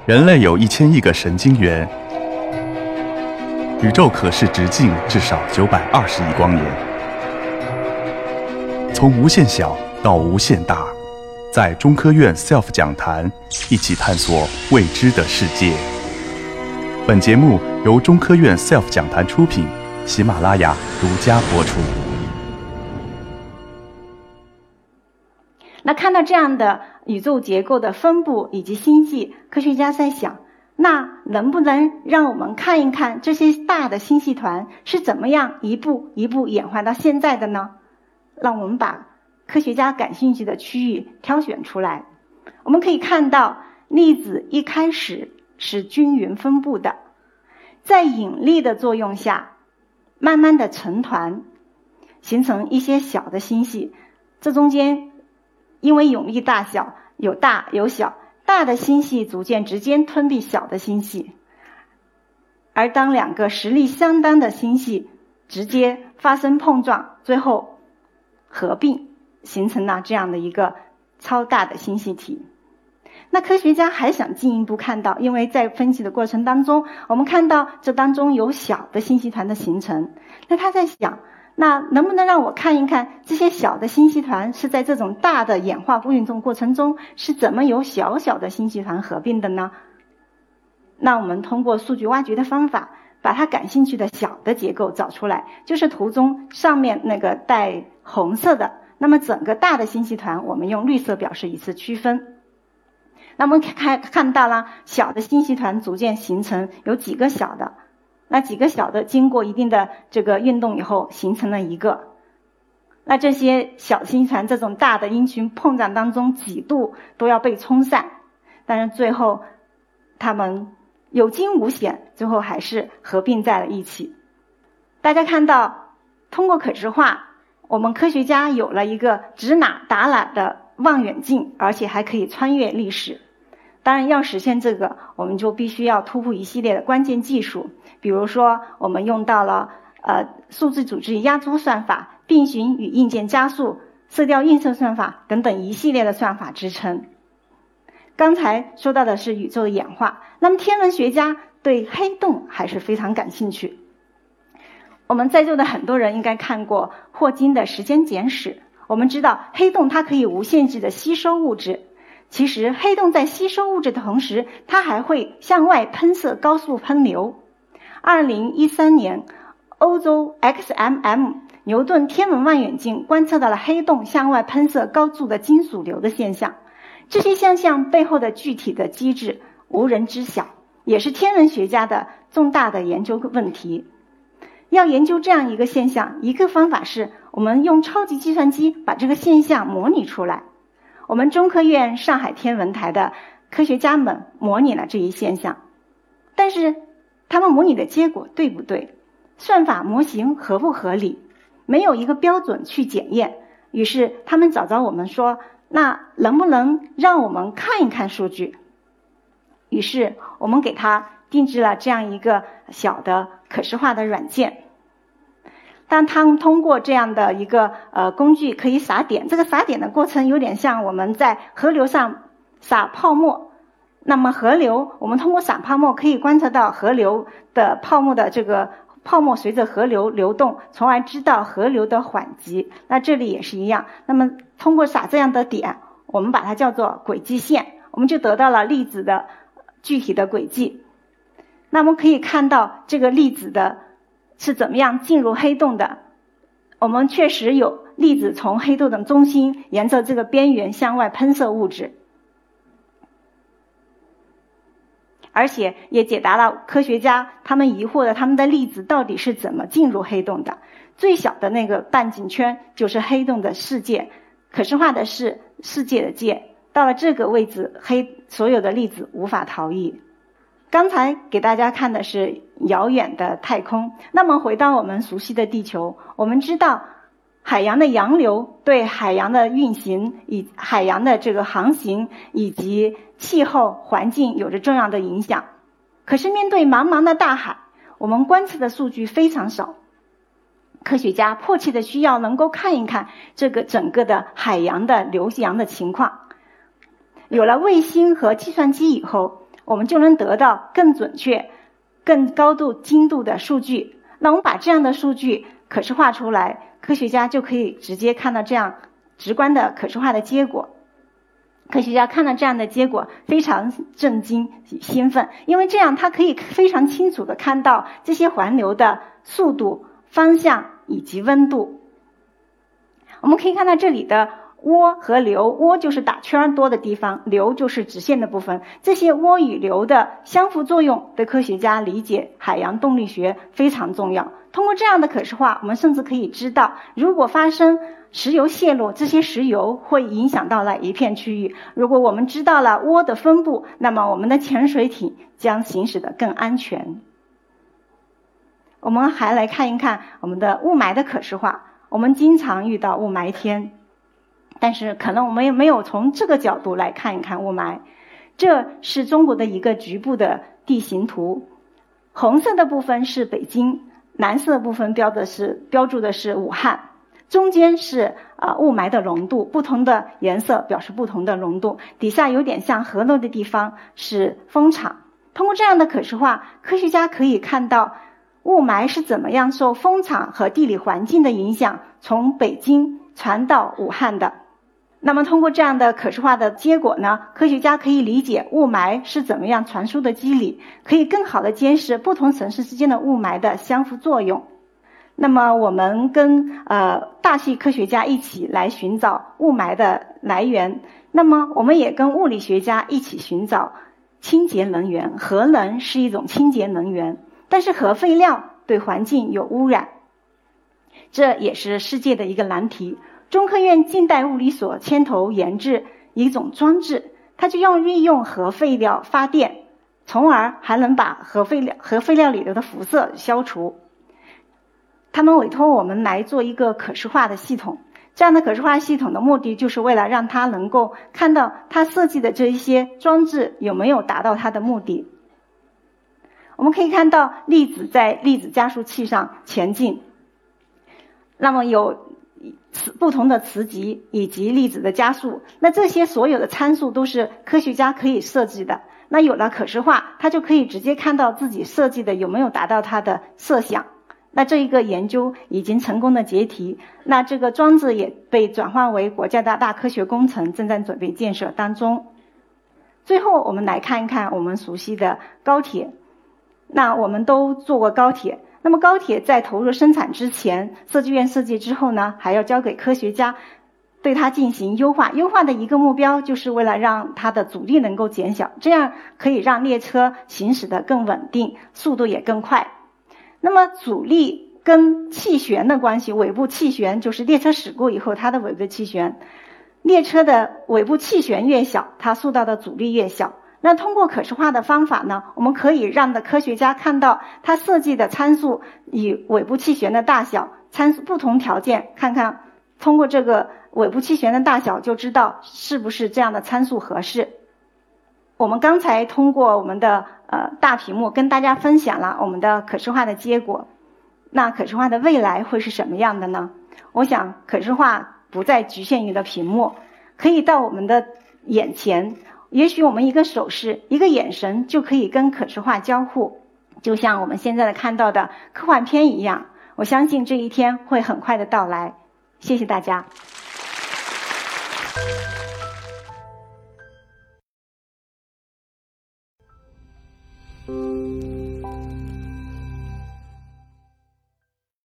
人类有1000亿个神经元，宇宙可视直径至少920亿光年。从无限小到无限大，在中科院 SELF 讲坛一起探索未知的世界。本节目由中科院 SELF 讲坛出品，喜马拉雅独家播出。 那看到这样的宇宙结构的分布以及星系，科学家在想，那能不能让我们看一看这些大的星系团是怎么样一步一步演化到现在的呢？让我们把科学家感兴趣的区域挑选出来。我们可以看到，粒子一开始是均匀分布的，在引力的作用下，慢慢的成团，形成一些小的星系。这中间因为引力大小，有大有小，大的星系逐渐直接吞并小的星系，而当两个实力相当的星系直接发生碰撞，最后合并，形成了这样的一个超大的星系体。那科学家还想进一步看到，因为在分析的过程当中，我们看到这当中有小的星系团的形成，那他在想，那能不能让我看一看这些小的星系团是在这种大的演化运动过程中是怎么由小小的星系团合并的呢？那我们通过数据挖掘的方法，把它感兴趣的小的结构找出来，就是图中上面那个带红色的，那么整个大的星系团我们用绿色表示以此区分。那么看到了小的星系团逐渐形成，有几个小的，那几个小的经过一定的这个运动以后形成了一个，那这些小星团这种大的因群碰撞当中几度都要被冲散，但是最后它们有惊无险，最后还是合并在了一起。大家看到，通过可视化，我们科学家有了一个指哪打哪的望远镜，而且还可以穿越历史。当然要实现这个，我们就必须要突破一系列的关键技术，比如说我们用到了数字组织压缩算法、并行与硬件加速、色调映射算法等等一系列的算法支撑。刚才说到的是宇宙的演化，那么天文学家对黑洞还是非常感兴趣。我们在座的很多人应该看过霍金的时间简史，我们知道黑洞它可以无限制的吸收物质，其实黑洞在吸收物质的同时，它还会向外喷射高速喷流。2013年，欧洲 XMM 牛顿天文望远镜观测到了黑洞向外喷射高速的金属流的现象。这些现象背后的具体的机制无人知晓，也是天文学家的重大的研究问题。要研究这样一个现象，一个方法是我们用超级计算机把这个现象模拟出来。我们中科院上海天文台的科学家们模拟了这一现象，但是他们模拟的结果对不对，算法模型合不合理，没有一个标准去检验。于是他们找我们说，那能不能让我们看一看数据？于是我们给他定制了这样一个小的可视化的软件。当他们通过这样的一个工具可以撒点，这个撒点的过程有点像我们在河流上撒泡沫。那么河流，我们通过撒泡沫可以观测到河流的泡沫的这个泡沫随着河流流动，从而知道河流的缓急。那这里也是一样，那么通过撒这样的点，我们把它叫做轨迹线，我们就得到了粒子的具体的轨迹。那我们可以看到这个粒子的是怎么样进入黑洞的。我们确实有粒子从黑洞的中心沿着这个边缘向外喷射物质，而且也解答了科学家他们疑惑的他们的粒子到底是怎么进入黑洞的。最小的那个半径圈就是黑洞的世界，可视化的是世界的界，到了这个位置，所有的粒子无法逃逸。刚才给大家看的是遥远的太空，那么回到我们熟悉的地球，我们知道海洋的洋流对海洋的运行、海洋的这个航行以及气候环境有着重要的影响。可是面对茫茫的大海，我们观测的数据非常少，科学家迫切的需要能够看一看这个整个的海洋的流洋的情况。有了卫星和计算机以后， 我们就能得到更准确、更高度精度的数据。那我们把这样的数据可视化出来，科学家就可以直接看到这样直观的可视化的结果。科学家看到这样的结果非常震惊兴奋，因为这样他可以非常清楚地看到这些环流的速度、方向以及温度。我们可以看到这里的涡和流，涡就是打圈多的地方，流就是直线的部分。这些涡与流的相互作用对科学家理解海洋动力学非常重要。通过这样的可视化，我们甚至可以知道，如果发生石油泄漏，这些石油会影响到了一片区域。如果我们知道了涡的分布，那么我们的潜水艇将行驶得更安全。我们还来看一看我们的雾霾的可视化。我们经常遇到雾霾天，但是可能我们也没有从这个角度来看一看雾霾。这是中国的一个局部的地形图，红色的部分是北京，蓝色的部分标注的是武汉，中间是雾霾的浓度，不同的颜色表示不同的浓度。底下有点像河流的地方是风场。通过这样的可视化，科学家可以看到雾霾是怎么样受风场和地理环境的影响，从北京传到武汉的。那么通过这样的可视化的结果呢，科学家可以理解雾霾是怎么样传输的机理，可以更好地监视不同城市之间的雾霾的相互作用。那么我们跟大气科学家一起来寻找雾霾的来源，那么我们也跟物理学家一起寻找清洁能源。核能是一种清洁能源，但是核废料对环境有污染，这也是世界的一个难题。中科院近代物理所牵头研制一种装置，它就利用核废料发电，从而还能把核废料里头的辐射消除。他们委托我们来做一个可视化的系统，这样的可视化系统的目的就是为了让它能够看到它设计的这一些装置有没有达到它的目的。我们可以看到粒子在粒子加速器上前进，那么有不同的磁极以及粒子的加速，那这些所有的参数都是科学家可以设计的。那有了可视化，他就可以直接看到自己设计的有没有达到他的设想。那这一个研究已经成功的解题，那这个装置也被转化为国家的大科学工程，正在准备建设当中。最后我们来看一看我们熟悉的高铁。那我们都坐过高铁，那么高铁在投入生产之前，设计院设计之后呢，还要交给科学家对它进行优化。优化的一个目标就是为了让它的阻力能够减小，这样可以让列车行驶得更稳定，速度也更快。那么阻力跟气旋的关系，尾部气旋就是列车驶过以后它的尾部气旋，列车的尾部气旋越小，它受到的阻力越小。那通过可视化的方法呢，我们可以让科学家看到它设计的参数与尾部气旋的大小参数不同条件，看看通过这个尾部气旋的大小就知道是不是这样的参数合适。我们刚才通过我们的大屏幕跟大家分享了我们的可视化的结果。那可视化的未来会是什么样的呢？我想可视化不再局限于了屏幕，可以到我们的眼前。也许我们一个手势、一个眼神就可以跟可视化交互，就像我们现在看到的科幻片一样。我相信这一天会很快的到来。谢谢大家。